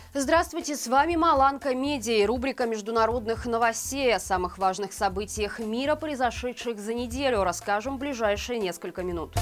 Здравствуйте, с вами Маланка Медиа и рубрика международных новостей. О самых важных событиях мира, произошедших за неделю, расскажем в ближайшие несколько минут.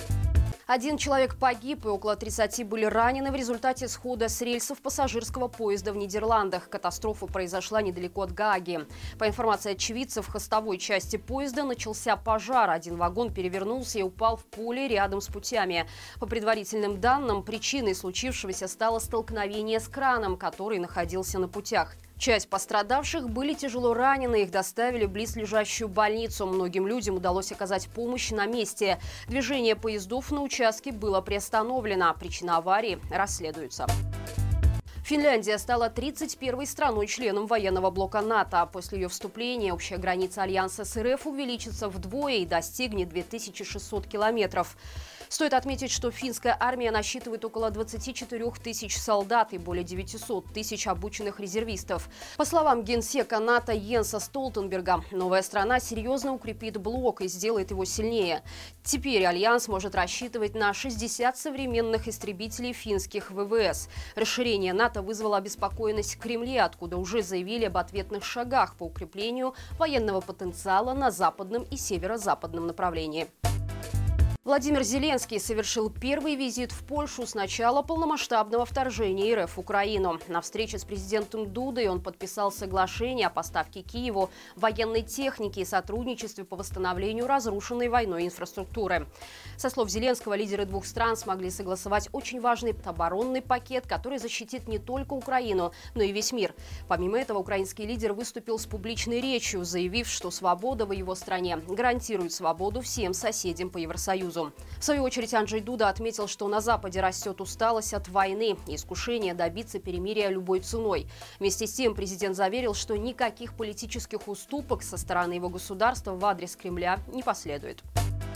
Один человек погиб и около 30 были ранены в результате схода с рельсов пассажирского поезда в Нидерландах. Катастрофа произошла недалеко от Гааги. По информации очевидцев, в хвостовой части поезда начался пожар. Один вагон перевернулся и упал в поле рядом с путями. По предварительным данным, причиной случившегося стало столкновение с краном, который находился на путях. Часть пострадавших были тяжело ранены, их доставили в близлежащую больницу. Многим людям удалось оказать помощь на месте. Движение поездов на участке было приостановлено. Причина аварии расследуется. Финляндия стала 31-й страной-членом военного блока НАТО. После ее вступления общая граница Альянса с РФ увеличится вдвое и достигнет 2600 километров. Стоит отметить, что финская армия насчитывает около 24 тысяч солдат и более 900 тысяч обученных резервистов. По словам генсека НАТО Йенса Столтенберга, новая страна серьезно укрепит блок и сделает его сильнее. Теперь Альянс может рассчитывать на 60 современных истребителей финских ВВС. Расширение НАТО вызвало обеспокоенность в Кремле, откуда уже заявили об ответных шагах по укреплению военного потенциала на западном и северо-западном направлении. Владимир Зеленский совершил первый визит в Польшу с начала полномасштабного вторжения РФ в Украину. На встрече с президентом Дудой он подписал соглашение о поставке Киеву военной техники и сотрудничестве по восстановлению разрушенной войной инфраструктуры. Со слов Зеленского, лидеры двух стран смогли согласовать очень важный оборонный пакет, который защитит не только Украину, но и весь мир. Помимо этого, украинский лидер выступил с публичной речью, заявив, что свобода в его стране гарантирует свободу всем соседям по Евросоюзу. В свою очередь Анджей Дуда отметил, что на Западе растет усталость от войны и искушение добиться перемирия любой ценой. Вместе с тем президент заверил, что никаких политических уступок со стороны его государства в адрес Кремля не последует.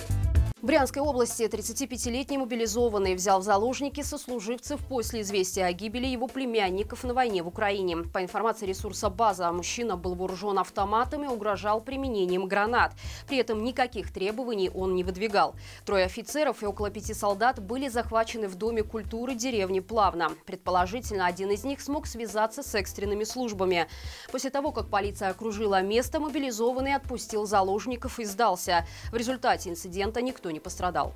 В Брянской области 35-летний мобилизованный взял в заложники сослуживцев после известия о гибели его племянников на войне в Украине. По информации ресурса «База», мужчина был вооружен автоматом и угрожал применением гранат. При этом никаких требований он не выдвигал. 3 офицеров и около 5 солдат были захвачены в Доме культуры деревни Плавно. Предположительно, один из них смог связаться с экстренными службами. После того, как полиция окружила место, мобилизованный отпустил заложников и сдался. В результате инцидента никто не пострадал.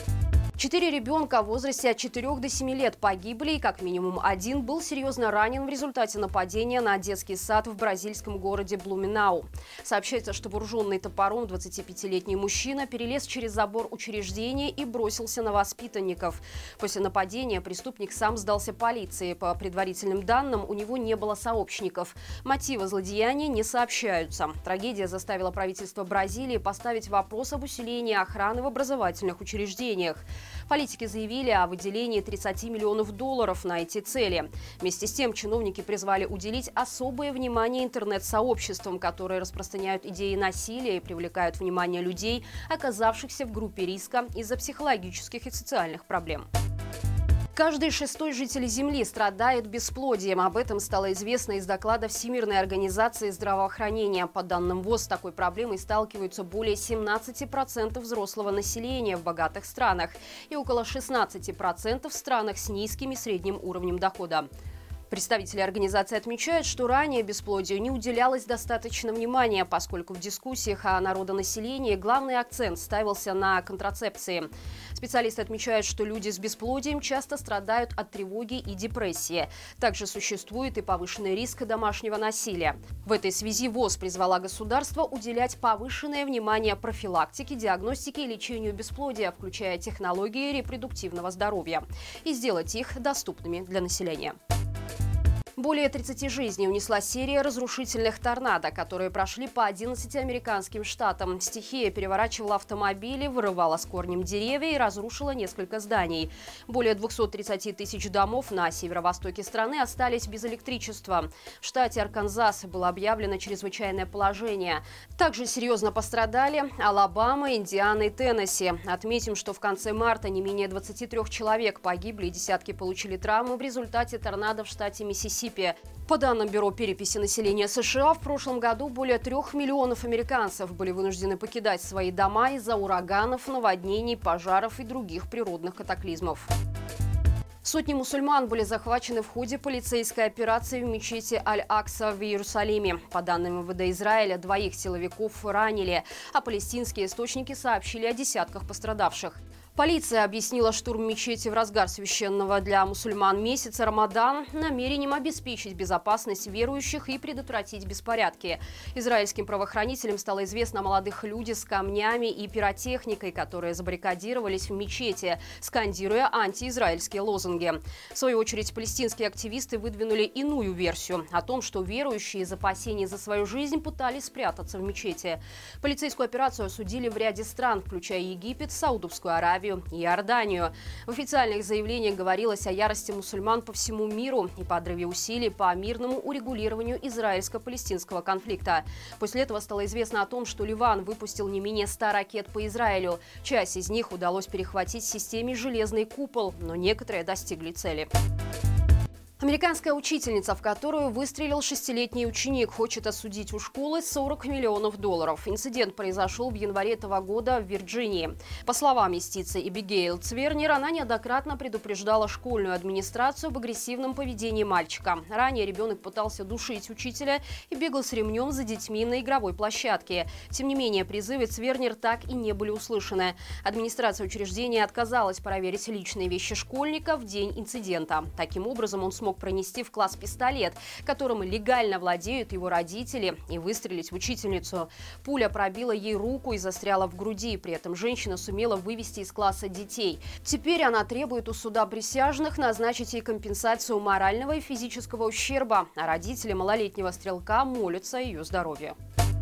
4 ребенка в возрасте от 4 до 7 лет погибли, и как минимум один был серьезно ранен в результате нападения на детский сад в бразильском городе Блуменау. Сообщается, что вооруженный топором 25-летний мужчина перелез через забор учреждения и бросился на воспитанников. После нападения преступник сам сдался полиции. По предварительным данным, у него не было сообщников. Мотивы злодеяния не сообщаются. Трагедия заставила правительство Бразилии поставить вопрос об усилении охраны в образовательных учреждениях. Политики заявили о выделении 30 миллионов долларов на эти цели. Вместе с тем чиновники призвали уделить особое внимание интернет-сообществам, которые распространяют идеи насилия и привлекают внимание людей, оказавшихся в группе риска из-за психологических и социальных проблем. Каждый 6-й житель Земли страдает бесплодием. Об этом стало известно из доклада Всемирной организации здравоохранения. По данным ВОЗ, с такой проблемой сталкиваются более 17% взрослого населения в богатых странах и около 16% в странах с низким и средним уровнем дохода. Представители организации отмечают, что ранее бесплодию не уделялось достаточно внимания, поскольку в дискуссиях о народонаселении главный акцент ставился на контрацепции. Специалисты отмечают, что люди с бесплодием часто страдают от тревоги и депрессии. Также существует и повышенный риск домашнего насилия. В этой связи ВОЗ призвала государство уделять повышенное внимание профилактике, диагностике и лечению бесплодия, включая технологии репродуктивного здоровья, и сделать их доступными для населения. Более 30 жизней унесла серия разрушительных торнадо, которые прошли по 11 американским штатам. Стихия переворачивала автомобили, вырывала с корнем деревья и разрушила несколько зданий. Более 230 тысяч домов на северо-востоке страны остались без электричества. В штате Арканзас было объявлено чрезвычайное положение. Также серьезно пострадали Алабама, Индиана и Теннесси. Отметим, что в конце марта не менее 23 человек погибли и десятки получили травмы в результате торнадо в штате Миссисипи. По данным Бюро переписи населения США, в прошлом году более 3 миллионов американцев были вынуждены покидать свои дома из-за ураганов, наводнений, пожаров и других природных катаклизмов. Сотни мусульман были захвачены в ходе полицейской операции в мечети Аль-Акса в Иерусалиме. По данным МВД Израиля, 2 силовиков ранили, а палестинские источники сообщили о десятках пострадавших. Полиция объяснила штурм мечети в разгар священного для мусульман месяца Рамадан намерением обеспечить безопасность верующих и предотвратить беспорядки. Израильским правоохранителям стало известно о молодых людях с камнями и пиротехникой, которые забаррикадировались в мечети, скандируя антиизраильские лозунги. В свою очередь, палестинские активисты выдвинули иную версию о том, что верующие из опасений за свою жизнь пытались спрятаться в мечети. Полицейскую операцию осудили в ряде стран, включая Египет, Саудовскую Аравию и Иорданию. В официальных заявлениях говорилось о ярости мусульман по всему миру и подрыве усилий по мирному урегулированию израильско-палестинского конфликта. После этого стало известно о том, что Ливан выпустил не менее 100 ракет по Израилю. Часть из них удалось перехватить в системе «Железный купол», но некоторые достигли цели. Американская учительница, в которую выстрелил 6-летний ученик, хочет осудить у школы $40 миллионов. Инцидент произошел в январе этого года в Вирджинии. По словам истицы Эбигейл Цвернер, она неоднократно предупреждала школьную администрацию об агрессивном поведении мальчика. Ранее ребенок пытался душить учителя и бегал с ремнем за детьми на игровой площадке. Тем не менее, призывы Цвернер так и не были услышаны. Администрация учреждения отказалась проверить личные вещи школьника в день инцидента. Таким образом, он смог пронести в класс пистолет, которым легально владеют его родители, и выстрелить в учительницу. Пуля пробила ей руку и застряла в груди. При этом женщина сумела вывести из класса детей. Теперь она требует у суда присяжных назначить ей компенсацию морального и физического ущерба, а родители малолетнего стрелка молятся о ее здоровье.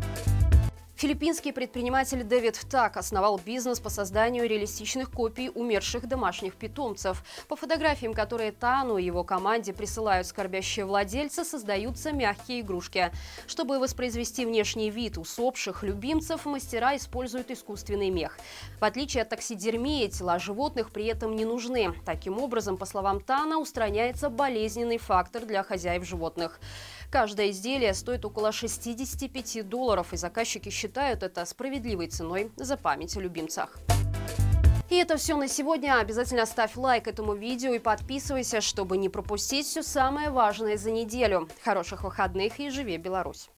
Филиппинский предприниматель Дэвид Так основал бизнес по созданию реалистичных копий умерших домашних питомцев. По фотографиям, которые Тану и его команде присылают скорбящие владельцы, создаются мягкие игрушки. Чтобы воспроизвести внешний вид усопших любимцев, мастера используют искусственный мех. В отличие от таксидермии, тела животных при этом не нужны. Таким образом, по словам Тана, устраняется болезненный фактор для хозяев животных. Каждое изделие стоит около $65, и заказчики считают это справедливой ценой за память о любимцах. И это все на сегодня. Обязательно ставь лайк этому видео и подписывайся, чтобы не пропустить все самое важное за неделю. Хороших выходных и живи Беларусь!